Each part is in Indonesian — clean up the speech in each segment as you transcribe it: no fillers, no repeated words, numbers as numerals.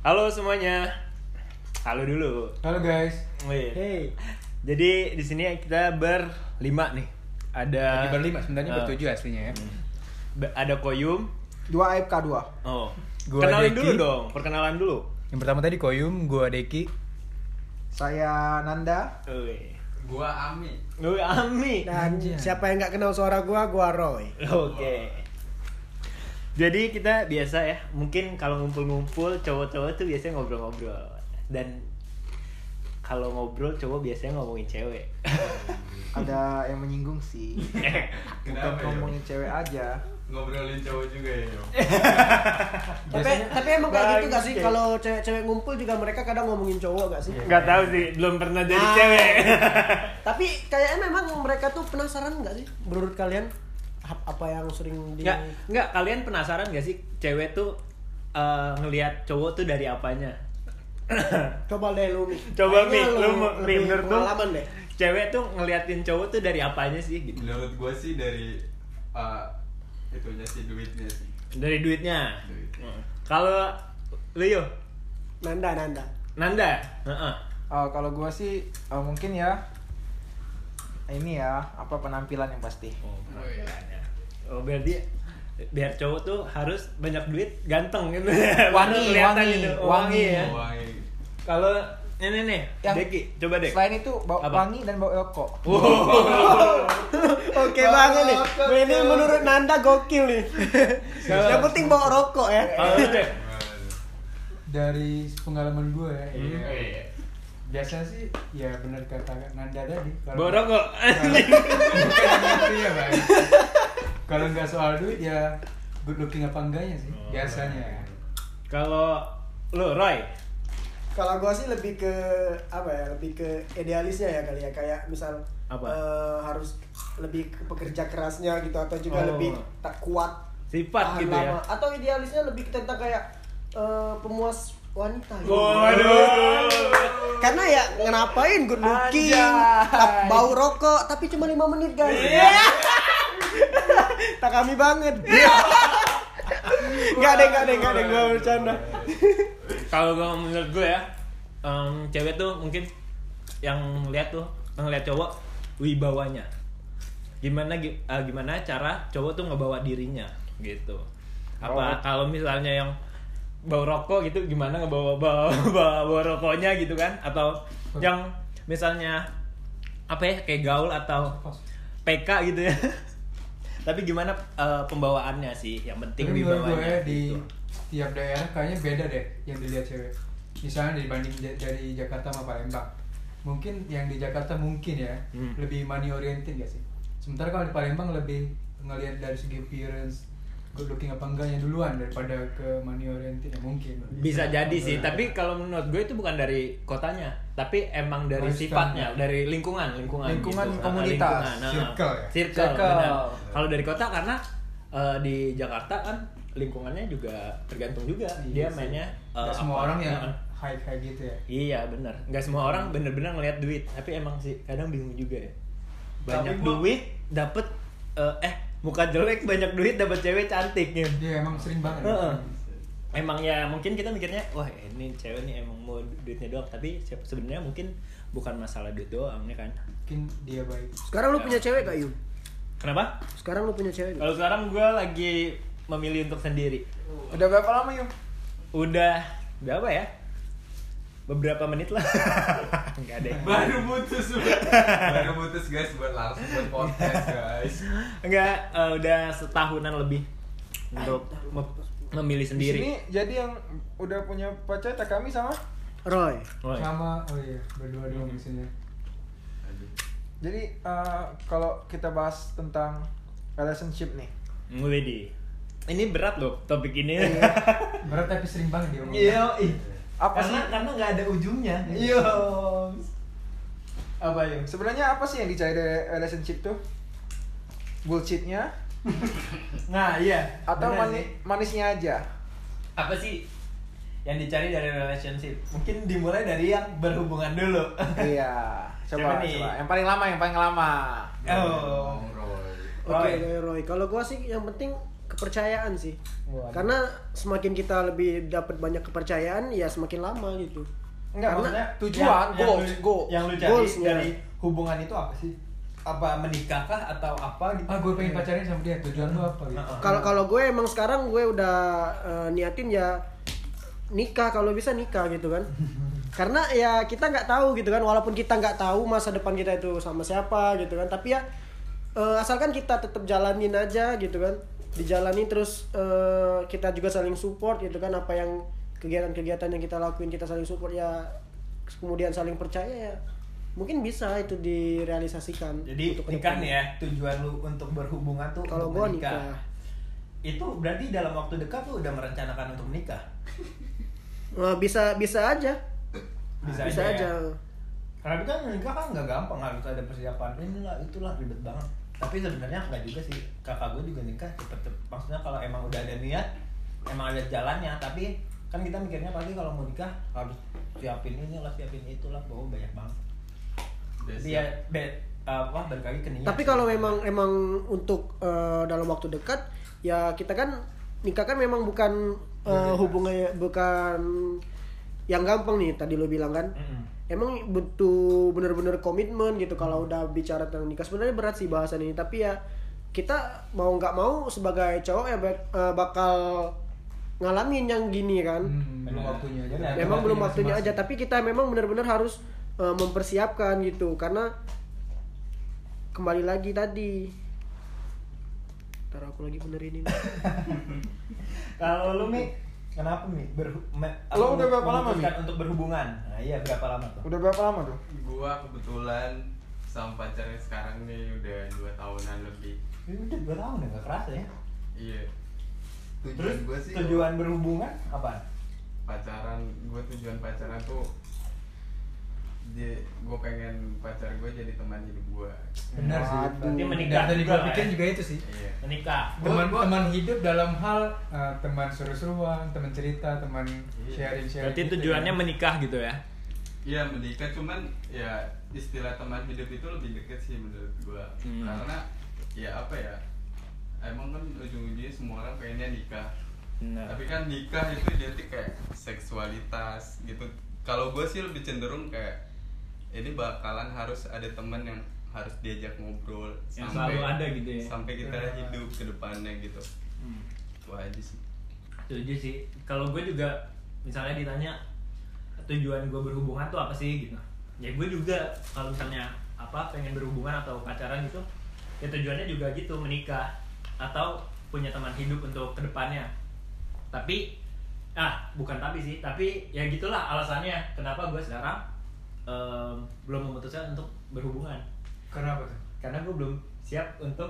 Halo semuanya. Halo dulu. Halo guys. Wih. Hey. Jadi di sini kita berlima nih. Ada Lagi berlima, sebenarnya bertujuh aslinya ya. Ada Koyum. 2 AFK 2. Oh. Gua Kenalin Deki. dulu dong. Perkenalan dulu. Yang pertama tadi Koyum, gua Deki. Saya Nanda. Wih. Gua Ami. Wih, Ami. Dan Anjay. siapa yang nggak kenal suara gua Roy. Oke. Jadi kita biasa ya, mungkin kalau ngumpul-ngumpul cowok-cowok tuh biasanya ngobrol-ngobrol. Dan kalau ngobrol cowok biasanya ngomongin cewek. Ada yang menyinggung sih. Bukan Kenapa ya? ngomongin cewek aja. Ngobrolin cowok juga ya, Yo. Tapi emang kayak gitu gak sih? Bangke. Kalau cewek-cewek ngumpul juga mereka kadang ngomongin cowok gak sih? Nggak tahu sih, belum pernah jadi Ah. cewek. Tapi kayaknya memang mereka tuh penasaran gak sih? Menurut kalian apa yang sering di Nggak, kalian penasaran gak sih cewek tuh ngelihat cowok tuh dari apanya? Coba deh lu. Coba, Mi, Kayaknya lu lebih menurut lu pengalaman deh. cewek tuh ngeliatin cowok tuh dari apanya sih gitu? Menurut gua sih dari itunya sih, duitnya sih. Dari duitnya. Duitnya. Kalau lu yo, Nanda. Nanda, heeh. Kalau gue sih mungkin ya ini ya apa penampilan yang pasti. Oh, berarti biar cowok tuh harus banyak duit, ganteng gitu. Wangi, Baru kelihatan wangi, gitu. Oh, wangi. ya. Wangi. Kalau ini nih, Yang Deki, coba Dek. Selain itu bau Apa? wangi dan bau rokok. Oke banget nih. Ini menurut Nanda gokil nih. Yang penting bawa rokok ya. Kalau lu, Dek. Dari pengalaman gue ya. Iya. Biasanya sih ya benar kata Nanda tadi. Bawa rokok. Iya, Bang. Kalau nggak soal duit ya good looking apa enggaknya sih biasanya. Kalau lu, Roy, Kalau gua sih lebih ke apa ya? Lebih ke idealisnya ya kali ya. Kayak misal Apa? harus lebih ke pekerja kerasnya gitu atau juga Oh. lebih tak kuat sifat tahan gitu ya. lama. Atau idealisnya lebih tentang kayak pemuas wanita gitu. Waduh. Karena ya ngapain good looking, bau rokok tapi cuma 5 menit guys. Iya. Tak kami banget. Enggak deh, gua bercanda. Kalau menurut gue ya, cewek tuh mungkin yang ngeliat cowok wibawanya. Gimana cara cowok tuh ngebawa dirinya gitu. Apa kalau misalnya yang bau rokok gitu, gimana bawa rokoknya gitu kan? Atau yang misalnya apa ya, kayak gaul atau PK gitu ya. Tapi gimana pembawaannya sih, yang penting Tapi menurut gue wibawanya di gitu. tiap daerah kayaknya beda deh yang dilihat cewek. Misalnya dibanding dari Jakarta sama Palembang. Mungkin yang di Jakarta mungkin ya lebih money oriented gak sih? Sementara kalau di Palembang lebih ngelihat dari segi appearance, good looking apa enggaknya duluan daripada ke money oriented ya mungkin. Bisa jadi sih, tapi kalau menurut gue itu bukan dari kotanya, tapi emang dari Lifestyle. sifatnya, dari lingkungan Lingkungan gitu. komunitas. Lingkungan, Circle ya? Circle. Circle. Benar. Kalau dari kota karena di Jakarta kan lingkungannya juga tergantung juga. Dia Iya sih. mainnya Nggak semua apa. orang yang Heeh. high gitu ya. Iya benar. Nggak semua orang bener-bener ngelihat duit, tapi emang sih kadang bingung juga ya. Banyak Tapi gua- duit dapet muka jelek, banyak duit dapet cewek cantik gitu. Dia emang sering banget. Heeh. Emang ya mungkin kita mikirnya wah ini cewek nih emang mau duitnya doang, tapi sebenarnya mungkin bukan masalah duit doang ya kan. Mungkin dia baik. Sekarang lu punya cewek gak, Yun? Kenapa? Sekarang lu punya cewek gak? Kalau sekarang gue lagi memilih untuk sendiri. Udah berapa lama Yung? Udah berapa ya? Beberapa menit lah. Enggak deh. Baru putus guys buat langsung buat podcast guys. Enggak, udah setahunan lebih untuk memilih Di sendiri. sini jadi yang udah punya pacar Takami sama. Roy. Oh, iya. Sama berdua doang di sini. Jadi kalau kita bahas tentang relationship nih. Mulai di. Ini berat loh topik ini. Berat tapi sering banget dia ngomong. Iya, Apa sih? karena nggak ada ujungnya. Iya. Apa ya? Sebenarnya apa sih yang dicari dari relationship tuh? Bullshitnya Nah, iya. atau Bener sih. manisnya aja? Apa sih yang dicari dari relationship? Mungkin dimulai dari yang berhubungan dulu. Iya. Coba, Siapa nih? coba. Yang paling lama. Oh. Roy. Oke, Roy. Kalau gua sih yang penting kepercayaan sih. Waduh. Karena semakin kita lebih dapat banyak kepercayaan, ya semakin lama gitu. Enggak, Karena maksudnya tujuan, goals. Yang lu cari Goals-nya. dari hubungan itu apa sih? Apa menikah kah atau apa gitu? Gue pengen pacaran sama dia, tujuan lu apa gitu? Kalau gue emang sekarang gue udah niatin ya nikah, kalau bisa nikah gitu kan. Karena ya kita nggak tahu gitu kan, walaupun kita nggak tahu masa depan kita itu sama siapa gitu kan, tapi ya asalkan kita tetap jalanin aja gitu kan, dijalani terus kita juga saling support gitu kan, apa yang kegiatan-kegiatan yang kita lakuin kita saling support ya, kemudian saling percaya ya, mungkin bisa itu direalisasikan. Jadi untuk nikah kedepannya. nih ya, tujuan lu untuk berhubungan tuh Kalau untuk gue menikah. nikah. Itu berarti dalam waktu dekat lu udah merencanakan untuk menikah? Bisa aja. Bisa Bisa aja. aja. Karena kan menikah kan nggak gampang, harus ada persiapan inilah itulah, ribet banget. Tapi sebenarnya nggak juga sih, kakak gue juga nikah cepet-cepet. Maksudnya kalau emang udah ada niat, emang ada jalannya. Tapi kan kita mikirnya pasti kalau mau nikah harus siapin inilah, siapin itulah, bahwa banyak banget. Jadi ya balik lagi ke niat. Tapi kalau emang untuk dalam waktu dekat ya kita kan nikah kan memang bukan hubungannya bukan yang gampang nih tadi lo bilang kan. Emang butuh bener-bener komitmen gitu kalau udah bicara tentang nikah. Sebenarnya berat sih bahasan ini, tapi ya kita mau nggak mau sebagai cowok ya bakal ngalamin yang gini kan. Belum waktunya aja. Benar. Memang belum waktunya masing-masing. aja, tapi kita memang benar-benar harus mempersiapkan gitu, karena kembali lagi tadi. Ntar aku lagi benerin ini. Kalau lu Mi, kenapa Mi? Lo udah berapa lama, Mi? memutuskan untuk berhubungan? Nah iya, berapa lama tuh? Udah berapa lama tuh? Gua kebetulan sama pacarnya sekarang nih udah 2 tahunan lebih. Ini udah 2 tahun ya, nggak kerasa ya? Iya. Terus Tujuan gua sih tujuan berhubungan apa? tujuan pacaran tuh gue pengen pacar gue jadi teman hidup gue. Benar sih. Berarti menikah Dari juga gue lah pikir ya? juga itu sih. Iya. Menikah. Teman hidup dalam hal teman seru-seruan, teman cerita, teman sharing-sharing. Berarti gitu tujuannya ya. menikah gitu ya? Iya menikah, cuman ya istilah teman hidup itu lebih deket sih menurut gue. Karena ya apa ya, emang kan ujung-ujungnya semua orang pengennya nikah. Benar. Tapi kan nikah itu identik kayak seksualitas gitu. Kalau gue sih lebih cenderung kayak ini bakalan harus ada teman yang harus diajak ngobrol Yang selalu ada gitu ya? sampai kita hidup ke depannya gitu. Itu aja sih. Setuju sih. Kalau gue juga misalnya ditanya tujuan gue berhubungan tuh apa sih gitu. Ya gue juga kalau misalnya apa pengen berhubungan atau pacaran gitu, ya tujuannya juga gitu, menikah atau punya teman hidup untuk kedepannya. Tapi bukan tapi sih, tapi ya gitulah alasannya kenapa gue sekarang belum memutuskan untuk berhubungan. Kenapa tuh? Karena gue belum siap untuk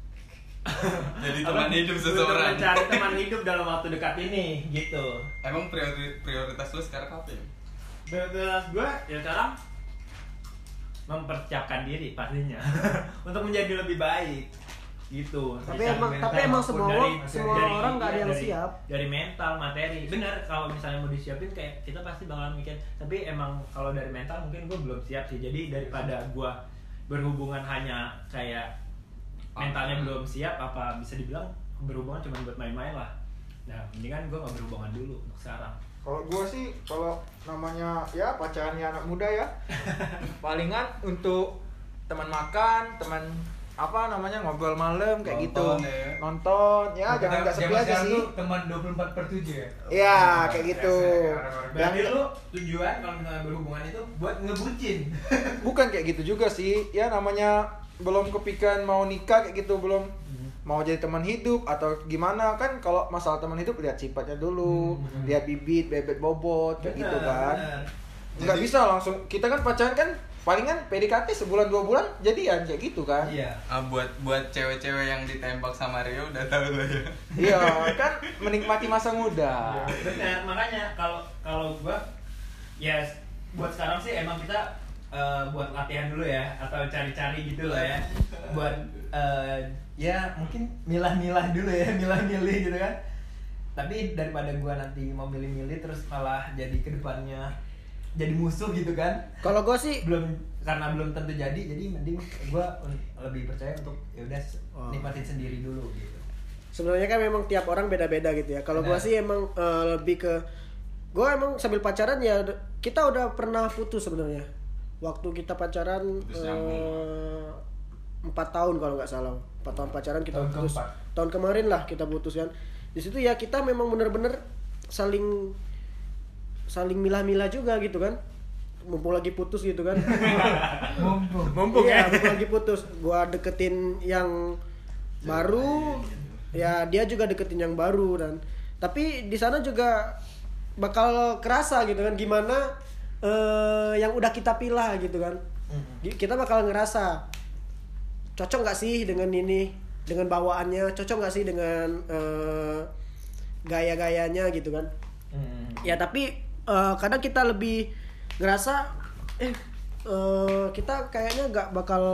Jadi teman hidup untuk seseorang. mencari teman hidup dalam waktu dekat ini gitu. Emang prioritas lu sekarang apa ya? Prioritas gue ya sekarang mempersiapkan diri pastinya untuk menjadi lebih baik gitu. Tapi Secara emang- mental tapi emang maupun semua orang nggak ada yang siap. Dari mental, materi. Benar, kalau misalnya mau disiapin kayak kita pasti bakalan mikir. Tapi emang kalau dari mental mungkin gue belum siap sih. Jadi daripada gue berhubungan hanya kayak mentalnya belum siap, apa bisa dibilang berhubungan cuma buat main-main lah. Nah, mendingan gue nggak berhubungan dulu untuk sekarang. Kalau gue sih, kalau namanya ya pacarannya anak muda ya, palingan untuk teman makan, teman apa namanya ngobrol malam kayak Nonton gitu, ya. nonton ya, jangan nggak sepi aja sih. Teman 24/7 ya. Iya kayak gitu. Berarti lu tujuan kalau misalnya berhubungan itu buat ngebucin. Bukan kayak gitu juga sih, ya namanya belum kepikiran mau nikah kayak gitu, belum mau jadi teman hidup atau gimana kan. Kalau masalah teman hidup lihat sifatnya dulu, lihat bibit, bebet, bobot kayak gitu kan. Nggak Jadi- bisa langsung, kita kan pacaran kan palingan PDKT sebulan 2 bulan jadian kayak gitu kan. Iya. Buat cewek-cewek yang ditembak sama Rio udah tahu lah ya. Iya kan, menikmati masa muda. Benar, makanya kalau gua ya buat sekarang sih emang kita buat latihan dulu ya, atau cari-cari gitu lah ya. Buat ya mungkin milah-milah dulu ya, milah-milih gitu kan. Tapi daripada gua nanti mau milih-milih terus malah jadi kedepannya jadi musuh gitu kan. Kalau gue sih Karena belum tentu jadi mending gua lebih percaya untuk ya udah nikmatin sendiri dulu gitu. sebenarnya kan memang tiap orang beda-beda gitu ya. Kalau gue sih emang lebih ke gue emang sambil pacaran ya kita udah pernah putus sebenarnya. Waktu kita pacaran 4 tahun kalau nggak salah. 4 tahun pacaran kita putus. Tahun kemarin lah kita putus kan. Di situ ya kita memang bener-bener saling milah-milah juga gitu kan. Mumpung lagi putus gitu kan. Mumpung iya, mumpung lagi putus. Gua deketin yang baru, ya dia juga deketin yang baru dan tapi di sana juga bakal kerasa gitu kan gimana yang udah kita pilih gitu kan. Kita bakal ngerasa cocok nggak sih dengan ini, dengan bawaannya, cocok nggak sih dengan gaya-gayanya gitu kan. Ya tapi kadang kita lebih ngerasa kita kayaknya nggak bakal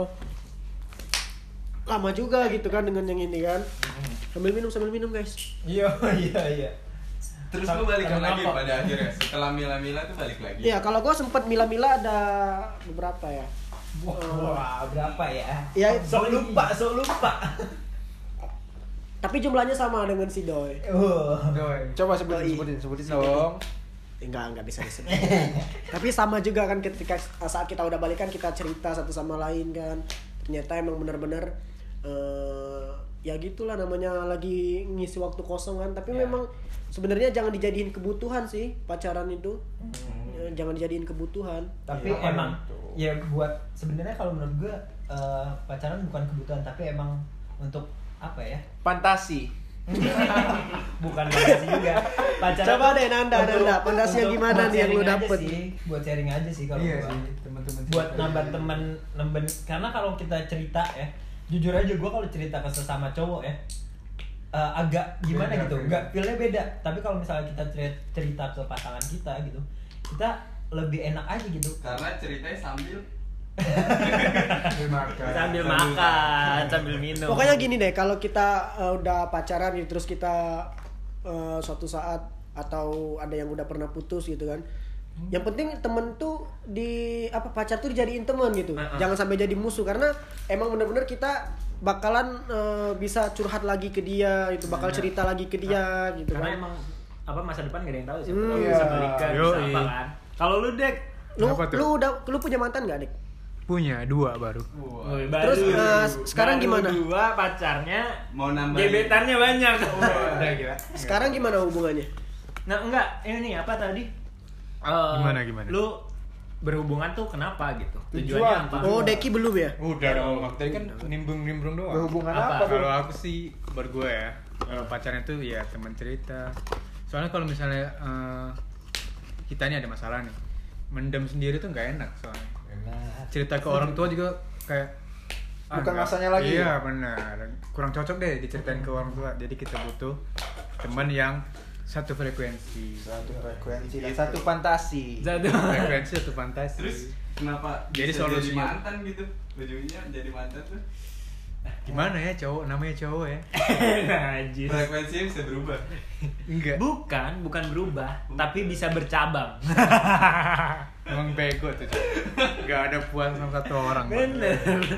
lama juga gitu kan dengan yang ini kan. Sambil minum guys. Iya. Terus lu balikan lagi pada akhirnya setelah mila-mila tuh balik lagi. Iya, kalau gue sempet mila-mila ada beberapa ya. Wah, berapa ya? Ya, Sok lupa. tapi jumlahnya sama dengan si Doi. Doi. Coba sebutin dong. Enggak bisa disebut. Tapi sama juga kan ketika saat kita udah balikan kita cerita satu sama lain kan. Ternyata emang benar-benar ya gitulah namanya lagi ngisi waktu kosong kan. Tapi memang sebenarnya jangan dijadiin kebutuhan sih pacaran itu. Jangan dijadiin kebutuhan. Tapi emang ya buat sebenarnya kalau menurut gue pacaran bukan kebutuhan tapi emang untuk apa ya? Fantasi. Bukan fantasi juga. Pacaran Coba deh Nanda, fantasinya gimana nih yang lu dapet? Buat sharing aja sih kalau Iya gua. sih, teman-teman. Buat nambah temen karena kalau kita cerita ya, jujur aja gue kalau cerita ke sesama cowok ya agak gimana beda, gitu, beda. nggak feel-nya beda. Tapi kalau misalnya kita cerita ke pasangan kita gitu, kita lebih enak aja gitu. Karena ceritanya sambil Sambil makan, sambil minum. Pokoknya gini deh, kalau kita udah pacaran gitu, terus kita suatu saat atau ada yang udah pernah putus gitu kan. Yang penting temen tuh pacar tuh dijadiin teman gitu. Jangan sampai jadi musuh karena emang bener-bener kita bakalan bisa curhat lagi ke dia, itu bakal cerita lagi ke dia gitu Karena kan. emang masa depan gak ada yang tahu sih. Iya. Bisa balikan, bisa apa kan. Kalau lu Dek, Lu punya mantan gak, Dik? Punya 2 baru. Terus sekarang gimana? Dua pacarnya mau nambah gebetannya banyak. Udah gila. Sekarang gimana hubungannya? Nah enggak, ini apa tadi? Gimana? Lu berhubungan tuh kenapa gitu? Tujuan. Tujuannya apa? Oh, Deki belum ya? Udah dong. Tadi kan nimbrung doang. Berhubungan Apa? apa, Bro? Kalau aku sih buat gue ya, kalau pacarnya tuh ya teman cerita. Soalnya kalau misalnya kita ini ada masalah nih, mendem sendiri tuh nggak enak soalnya. Cerita ke orang tua juga kayak Bukan nggak- masanya lagi. Iya benar. Kurang cocok deh diceritain ke orang tua. Jadi kita butuh teman yang satu frekuensi. Satu frekuensi dan satu fantasi. Frekuensi satu fantasi. Terus kenapa Jadi bisa solusinya- jadi mantan gitu? Ujungnya jadi mantan tuh Gimana ya cowok? Namanya cowok ya? Najis. frekuensinya bisa berubah. Enggak. Bukan berubah, tapi bisa bercabang. Emang bego tuh cowok. Gak ada puas sama satu orang. Bener.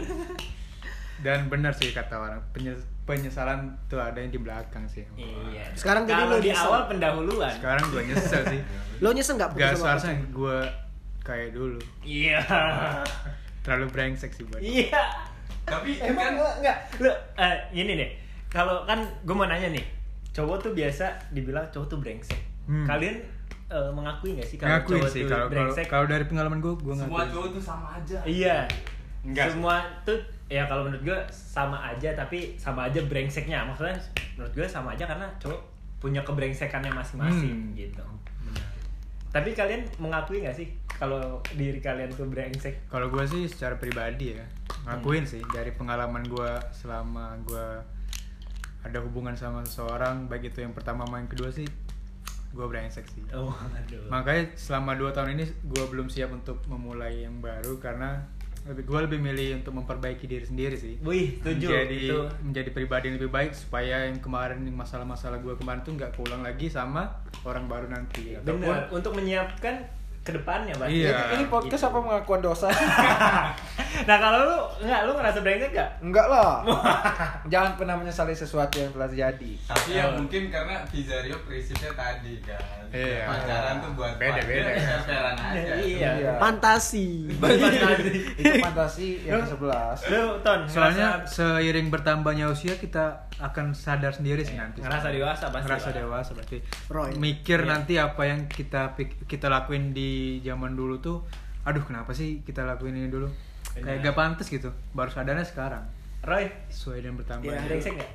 Dan benar sih kata orang, penyesalan tuh ada yang di belakang sih. Iya. Sekarang jadi kalau lu di nyesel. awal pendahuluan. Sekarang gue nyesel sih. Lo nyesel nggak putus Gak sama seharusnya pacar? gue kayak dulu. Iya. Terlalu brengsek sih buat. Iya. Tapi Emang kan enggak. Lu gini deh. Kalau kan gue mau nanya nih. Cowok tuh biasa dibilang cowok tuh brengsek. Kalian mengakui nggak sih kalau Ngakuin cowok sih tuh kalau brengsek? kalau dari pengalaman gue semua ngakuin. cowok tuh sama aja. Iya. Enggak sih. Semua tuh ya kalau menurut gue sama aja tapi sama aja brengseknya. Maksudnya menurut gue sama aja karena cowok punya kebrengsekannya masing-masing gitu. Tapi kalian mengakui nggak sih kalau diri kalian tuh brengsek? Kalau gue sih secara pribadi ya ngakuin sih dari pengalaman gue selama gue ada hubungan sama seseorang, baik itu yang pertama maupun yang kedua sih gue brengsek sih. Oh, aduh. Makanya selama 2 tahun ini gue belum siap untuk memulai yang baru karena gue lebih milih untuk memperbaiki diri sendiri sih. Wih, setuju. Itu. menjadi pribadi yang lebih baik supaya yang kemarin yang masalah-masalah gue kemarin tuh nggak keulang lagi sama orang baru nanti. Ataupun Bener. Untuk menyiapkan ke depannya, Bang. Iya. Ini podcast apa pengakuan dosa? Nah kalau lu ngerasa brengsek nggak? Enggak lah. Jangan pernah menyesali sesuatu yang telah terjadi. Tapi ya mungkin karena Pizzario prinsipnya tadi kan. Iya. Pacaran tuh buat Beda-beda. fair-fairan aja. Iya. Fantasi. Itu fantasi yang ke-11. Lu Ton, Soalnya ngerasa seiring bertambahnya usia kita akan sadar sendiri sih nanti. ngerasa dewasa pasti. Ngerasa lah. dewasa berarti. Roy. Mikir Iya. nanti apa yang kita lakuin di zaman dulu tuh, aduh kenapa sih kita lakuin ini dulu? Kayak gak pantas gitu. Baru sadarnya sekarang. Roy, Sesuai dengan bertambahnya. Iya. brengsek nggak?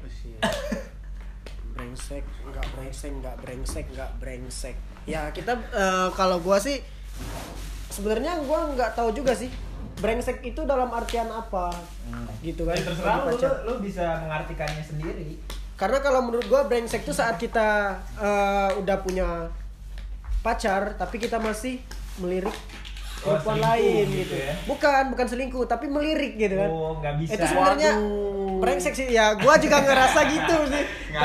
brengsek nggak brengsek ya kita kalau gua sih sebenarnya gua nggak tahu juga sih brengsek itu dalam artian apa gitu kan. Ya, terserah Bagi pacar. lu bisa mengartikannya sendiri. Karena kalau menurut gua brengsek itu saat kita udah punya pacar tapi kita masih melirik perempuan selingkuh lain gitu gitu. ya. Bukan selingkuh tapi melirik gitu kan. Oh, nggak bisa. Itu sebenarnya brengsek sih. Ya gua juga ngerasa gitu sih.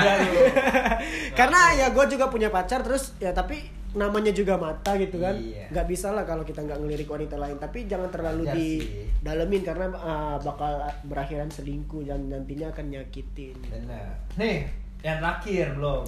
Karena ya gua juga punya pacar terus ya tapi namanya juga mata gitu kan. Iya. Nggak bisa lah kalau kita nggak ngelirik wanita lain, tapi jangan terlalu Wajar sih. didalemin karena bakal berakhiran selingkuh dan nantinya akan nyakitin. Benar. Nih, yang terakhir belum.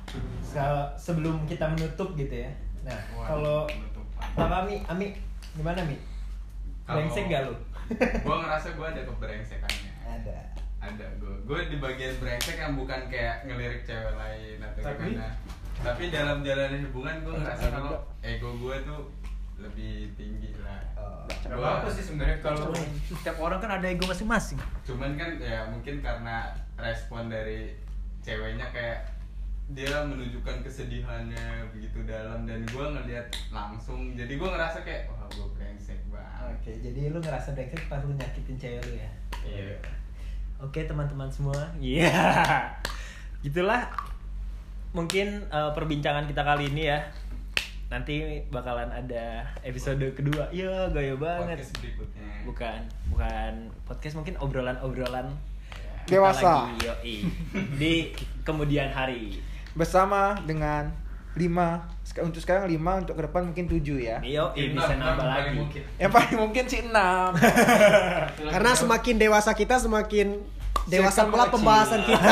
Sebelum kita menutup gitu ya. Nah, kalau apa Ami gimana Mi? Brengsek gak lu? Gue ngerasa gue ada kebrengsekannya. Ada gue di bagian brengsek yang bukan kayak ngelirik cewek lain atau gimana. Tapi dalam jalan hubungan gue ngerasa kalau ego gue tuh lebih tinggi lah. Gak apa sih sebenarnya kalau Setiap orang kan ada ego masing-masing. Cuman kan ya mungkin karena respon dari ceweknya kayak dia menunjukkan kesedihannya begitu dalam dan gue ngeliat langsung, jadi gue ngerasa kayak wah gue brengsek banget. Oke, jadi lu ngerasa brengsek pas lu nyakitin cewek lu ya? Iya. Oke teman-teman semua. Iya. Gitulah mungkin perbincangan kita kali ini ya. Nanti bakalan ada episode kedua. Iya, gaya banget. Podcast berikutnya. Bukan podcast, mungkin obrolan-obrolan Dewasa. kita lagi, yoi, di kemudian hari. Bersama dengan 5, untuk sekarang 5, untuk ke depan mungkin 7 ya. Yoi, bisa nambah lagi. Yang paling mungkin sih 6. Karena semakin dewasa kita semakin dewasa Circle pula mengecil. pembahasan kita.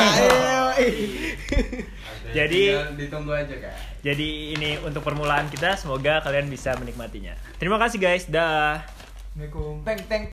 Jadi- tinggal ditunggu aja kan. Jadi ini untuk permulaan kita, semoga kalian bisa menikmatinya. Terima kasih guys, dah. Assalamualaikum. Teng teng